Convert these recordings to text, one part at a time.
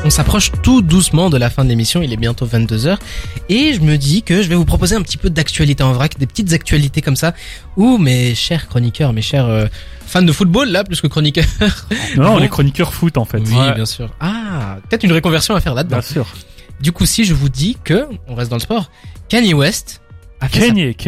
On s'approche tout doucement de la fin de l'émission, il est bientôt 22h et je me dis que je vais vous proposer un petit peu d'actualité en vrac, des petites actualités comme ça où mes chers chroniqueurs, mes chers fans de football là plus que chroniqueurs. Non, les chroniqueurs foot en fait. Oui, bien sûr. Ah, peut-être une reconversion à faire là-dedans. Bien sûr. Du coup, si je vous dis que, on reste dans le sport, Kanye West a fait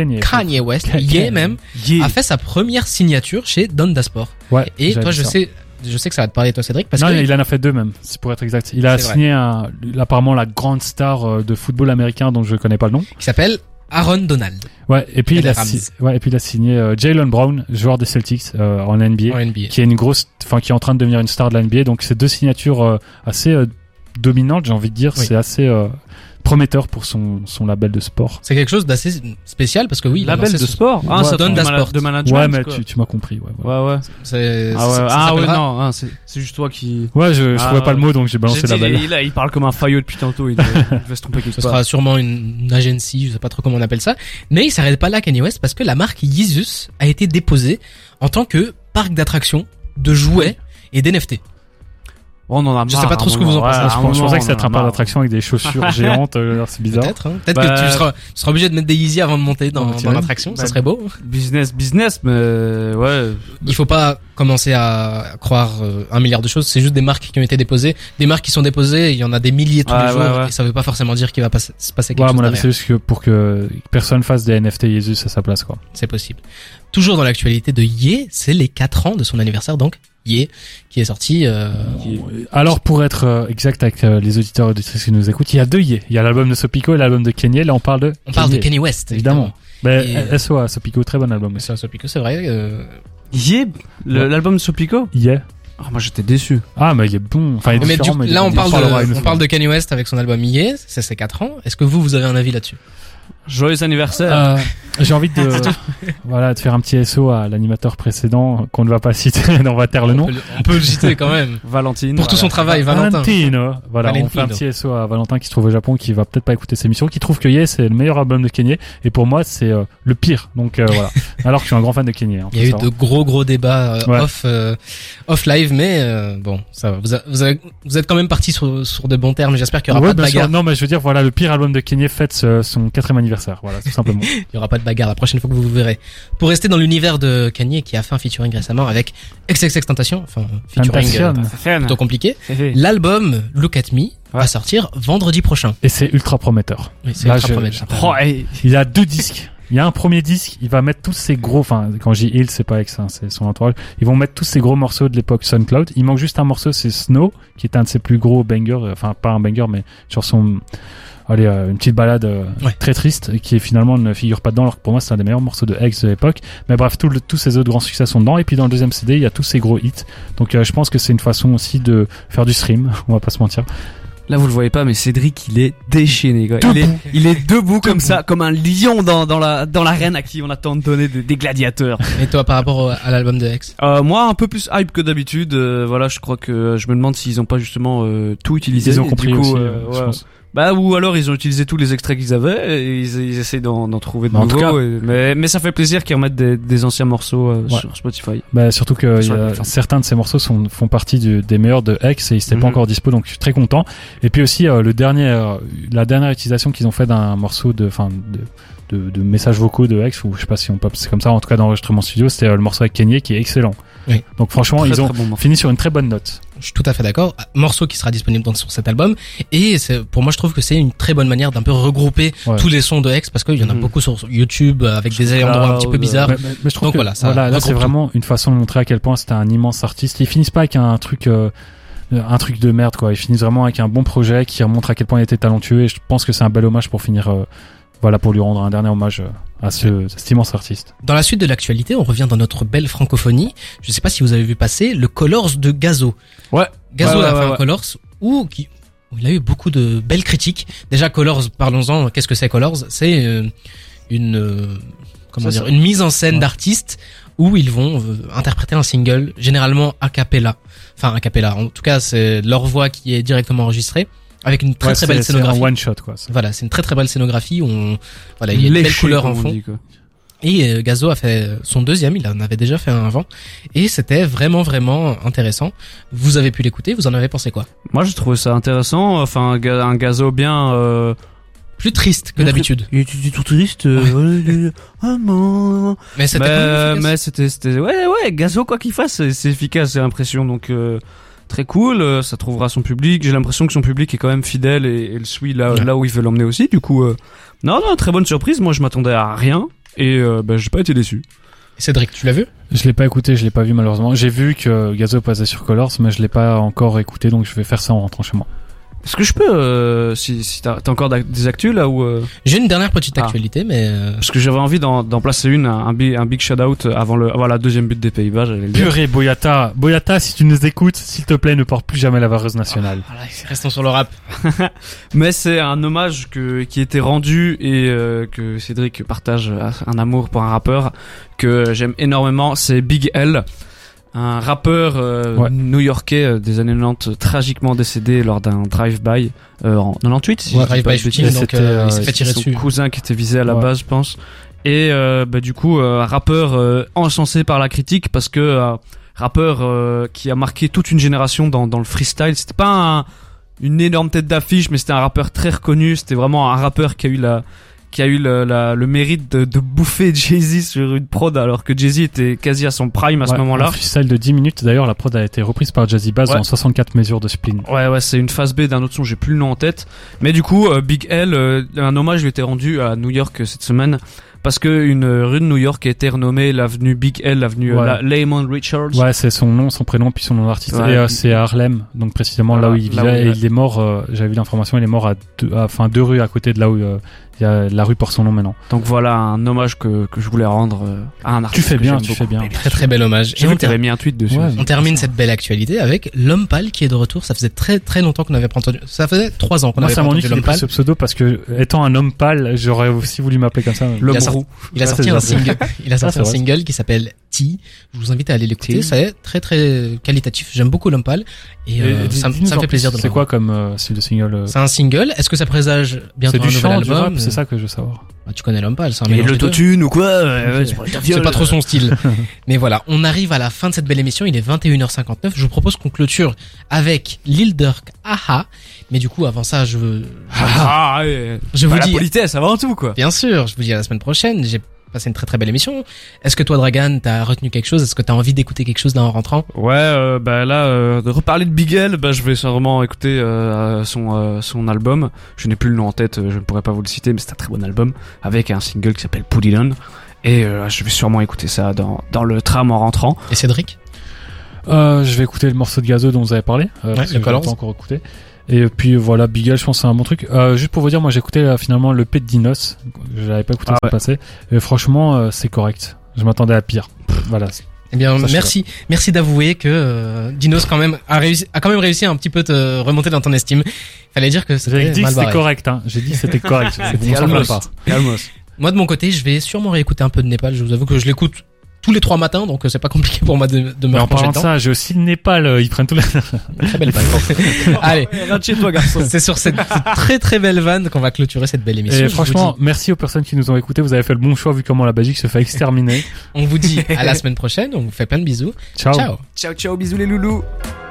a fait sa première signature chez Donda Sport. Ouais. Et toi, je sais que ça va te parler toi Cédric parce que il en a fait deux même, c'est pour être exact. Il a signé apparemment la grande star de football américain dont je connais pas le nom. Qui s'appelle Aaron Donald. Ouais, et puis il a signé Jaylen Brown, joueur des Celtics en NBA, qui est qui est en train de devenir une star de la NBA. Donc c'est deux signatures assez dominantes, j'ai envie de dire, c'est assez prometteur pour son label de sport. C'est quelque chose d'assez spécial parce que label de sport. Ah, ça donne de management. Ouais, mais tu m'as compris. Ouais. C'est juste toi qui. Ouais, je trouvais pas le mot donc j'ai balancé label. Il parle comme un faillot depuis tantôt. Il va se tromper quelque part. Ce sera sûrement une agency, je sais pas trop comment on appelle ça. Mais il s'arrête pas là, Kanye West, parce que la marque Yeezus a été déposée en tant que parc d'attractions, de jouets et d'NFT. On en a marre. Je sais pas trop ce que vous en pensez. Je pensais que c'était un parc d'attraction avec des chaussures géantes. C'est bizarre. Peut-être que tu seras obligé de mettre des Yeezy avant de monter dans l'attraction. Ça serait beau. Business, mais ouais. Il faut pas commencer à croire 1 milliard de choses. C'est juste des marques qui ont été déposées. Des marques qui sont déposées, il y en a des milliers tous les jours. Et ça veut pas forcément dire qu'il va se passer quelque chose. À mon avis, c'est juste que pour que personne fasse des NFT Yeezus à sa place, quoi. C'est possible. Toujours dans l'actualité de Ye, c'est les 4 ans de son anniversaire, donc. Ye, qui est sorti. Alors pour être exact avec les auditeurs et auditrices qui nous écoutent, il y a 2 Ye. Il y a l'album de Sopico et l'album de Kanye. Là on parle de Kanye West évidemment. SOA Sopico, très bon album. SOA Sopico, c'est vrai. Ye, l'album de Sopico. Ye. Ah, moi j'étais déçu. Ah mais il est bon. Enfin, là on parle de Kanye West avec son album Ye, c'est ses 4 ans. Est-ce que vous avez un avis là-dessus? Joyeux anniversaire. J'ai envie de faire un petit SO à l'animateur précédent qu'on ne va pas citer, on va taire le nom. On peut le citer quand même. Valentine. Pour tout son travail, Valentin. Voilà, on fait un petit SO à Valentin qui se trouve au Japon, qui va peut-être pas écouter ces émissions, qui trouve que Ye c'est le meilleur album de Kanye et pour moi c'est le pire. Donc voilà. Alors que je suis un grand fan de Kanye. Il y a eu de gros débats off live, mais bon, ça va. Vous êtes quand même partis sur de bons termes. J'espère qu'il y aura pas de bagarre. Non, mais je veux dire voilà, le pire album de Kanye fête son 4e anniversaire. Voilà, tout simplement. Il y aura pas de bagarre la prochaine fois que vous verrez. Pour rester dans l'univers de Kanye qui a fait un featuring récemment avec XXXTentacion, enfin featuring plutôt compliqué. L'album Look at Me va sortir vendredi prochain. Et c'est ultra prometteur. Oui, c'est ultra prometteur. Il a 2 disques. Il y a un premier disque, il va mettre tous ces gros, enfin, quand j'ai Hill, c'est pas X, hein, c'est son entourage. Ils vont mettre tous ces gros morceaux de l'époque SoundCloud. Il manque juste un morceau, c'est Snow, qui est un de ses plus gros bangers, enfin, pas un banger, mais sur son, une petite balade très triste, qui finalement ne figure pas dedans, alors que pour moi c'est un des meilleurs morceaux de X de l'époque. Mais bref, tous ces autres grands succès sont dedans. Et puis dans le deuxième CD, il y a tous ces gros hits. Donc je pense que c'est une façon aussi de faire du stream, on va pas se mentir. Là vous le voyez pas, mais Cédric il est déchaîné quoi. Il est debout comme ça, comme un lion dans l'arène à qui on a tant donné des gladiateurs. Et toi par rapport à l'album de X? Moi un peu plus hype que d'habitude. Voilà, je crois que je me demande s'ils ont pas justement tout utilisé. Ils ont compris du coup, aussi, je pense. Ou alors ils ont utilisé tous les extraits qu'ils avaient et ils essaient d'en trouver de nouveaux. Mais ça fait plaisir qu'ils remettent des anciens morceaux sur Spotify. Surtout que certains de ces morceaux font partie des meilleurs de X et ils étaient pas encore dispo, donc je suis très content. Et puis aussi la dernière utilisation qu'ils ont fait d'un morceau de messages vocaux de X, ou je sais pas si on peut, c'est comme ça, en tout cas d'enregistrement studio, c'était le morceau avec Kanye qui est excellent. Oui. Donc franchement, ils ont fini sur une très bonne note. Je suis tout à fait d'accord. Morceau qui sera disponible sur cet album. Et pour moi, je trouve que c'est une très bonne manière d'un peu regrouper tous les sons de X, parce qu'il y en a beaucoup sur YouTube avec des endroits un petit peu bizarres. Mais je trouve que là, c'est vraiment une façon de montrer à quel point c'était un immense artiste. Ils finissent pas avec un truc de merde, quoi. Ils finissent vraiment avec un bon projet qui montre à quel point il était talentueux, et je pense que c'est un bel hommage pour finir, pour lui rendre un dernier hommage à cet immense artiste. Dans la suite de l'actualité, on revient dans notre belle francophonie. Je sais pas si vous avez vu passer le Colors de Gazo. Ouais. Gazo a fait un Colors où il a eu beaucoup de belles critiques. Déjà, Colors, parlons-en. Qu'est-ce que c'est Colors? C'est une mise en scène d'artistes où ils vont interpréter un single, généralement a cappella. Enfin, a cappella. En tout cas, c'est leur voix qui est directement enregistrée. Avec une très belle scénographie. C'est un one shot, quoi. Voilà, c'est une très belle scénographie où il y a une belle couleur en fond. Et Gazo a fait son deuxième, il en avait déjà fait un avant, et c'était vraiment vraiment intéressant. Vous avez pu l'écouter, vous en avez pensé quoi? Moi, je trouvais ça intéressant. Enfin, un Gazo bien. Plus triste que d'habitude. Il était tout triste. Mais c'était quand même mais c'était ouais, Gazo quoi qu'il fasse, c'est efficace, j'ai l'impression. Donc très cool. Ça trouvera son public. J'ai l'impression que son public est quand même fidèle et le suit là où il veut l'emmener aussi. Du coup, non, très bonne surprise. Moi, je m'attendais à rien. Et j'ai pas été déçu. Cédric, tu l'as vu? Je l'ai pas écouté, je l'ai pas vu malheureusement. J'ai vu que Gazo passait sur Colors, mais je l'ai pas encore écouté, donc je vais faire ça en rentrant chez moi. Est-ce que je peux, si t'as encore des actus là ou J'ai une dernière petite actualité, mais parce que j'avais envie d'en placer un big shout out avant la deuxième but des Pays-Bas, j'allais le dire. Purée, Boyata, si tu nous écoutes, s'il te plaît, ne porte plus jamais la vareuse nationale. Voilà, restons sur le rap. Mais c'est un hommage qui était rendu et que Cédric partage un amour pour un rappeur que j'aime énormément, c'est Big L. Un rappeur new-yorkais des années 90 tragiquement décédé lors d'un drive-by en 98 si drive-by shooting, donc il s'est fait tirer dessus. Son cousin qui était visé à la base, je pense. Et du coup un rappeur encensé par la critique parce que rappeur qui a marqué toute une génération dans le freestyle. C'était pas une énorme tête d'affiche, mais c'était un rappeur très reconnu. C'était vraiment un rappeur qui a eu le mérite de bouffer Jay-Z sur une prod alors que Jay-Z était quasi à son prime à ce moment-là. Un freestyle de 10 minutes. D'ailleurs, la prod a été reprise par Jazzy Bass en 64 mesures de spleen. Ouais, c'est une phase B d'un autre son, j'ai plus le nom en tête. Mais du coup, Big L, un hommage lui était rendu à New York cette semaine parce que une rue de New York a été renommée l'avenue Big L, l'avenue Lamont Richards. Ouais, c'est son nom, son prénom puis son nom d'artiste. Et c'est à Harlem, donc précisément là où il vivait. Et il est mort, j'avais vu l'information, il est mort à 2 rues à côté de là où il y a la rue porte son nom maintenant. Donc voilà un hommage que je voulais rendre à un artiste. Tu fais bien. Très très bel hommage. J'ai vu que t'avais mis un tweet dessus. Ouais, on termine cette belle actualité avec l'homme pâle qui est de retour. Ça faisait très très longtemps qu'on n'avait pas entendu. Ça faisait 3 ans qu'on n'avait pas entendu l'homme pâle. Ce pseudo parce que étant un homme pâle, j'aurais aussi voulu m'appeler comme ça. Il a sorti un single. Il a sorti un single qui s'appelle T. Je vous invite à aller l'écouter. C'est très très qualitatif. J'aime beaucoup l'homme pâle et ça me fait plaisir de le voir. C'est quoi comme style de single? C'est un single. Est-ce que ça présage bientôt un nouvel album? C'est ça que je veux savoir. Bah, tu connais l'homme pâle, c'est un mélange. Et l'autotune ou quoi? C'est pas trop son style. Mais voilà, on arrive à la fin de cette belle émission. Il est 21h59. Je vous propose qu'on clôture avec Lil Durk, Aha. Mais du coup, avant ça, je vous dis la politesse avant tout, quoi. Bien sûr, je vous dis à la semaine prochaine. J'ai passé une très très belle émission. Est-ce que toi, Dragan, t'as retenu quelque chose? Est-ce que t'as envie d'écouter quelque chose là en rentrant? Ouais, de reparler de Big L, je vais sûrement écouter son album. Je n'ai plus le nom en tête, je ne pourrais pas vous le citer, mais c'est un très bon album avec un single qui s'appelle Put It On. Et je vais sûrement écouter ça dans le tram en rentrant. Et Cédric? Je vais écouter le morceau de Gazo dont vous avez parlé. Parce que je l'ai pas encore écouté. Et puis voilà, Big L, je pense que c'est un bon truc. Juste pour vous dire, moi j'ai écouté finalement le P de Dinos. Je l'avais pas écouté passé. Et franchement, c'est correct. Je m'attendais à pire. Voilà. Eh bien, merci d'avouer que Dinos quand même a quand même réussi à un petit peu te remonter dans ton estime. Fallait dire que c'était mal barré. J'ai dit que c'était correct, hein. J'ai dit que c'était correct. Calmos. Moi de mon côté, je vais sûrement réécouter un peu de Népal. Je vous avoue que je l'écoute tous les 3 matins, donc c'est pas compliqué pour moi de me repencher. En parlant de ça, j'ai aussi le Népal, ils prennent tout Très belle vanne. Allez, rentre chez toi, garçon. C'est sur cette très très belle vanne qu'on va clôturer cette belle émission. Et franchement, merci aux personnes qui nous ont écoutés. Vous avez fait le bon choix vu comment la Belgique se fait exterminer. On vous dit à la semaine prochaine. On vous fait plein de bisous. Ciao. Ciao, bisous les loulous.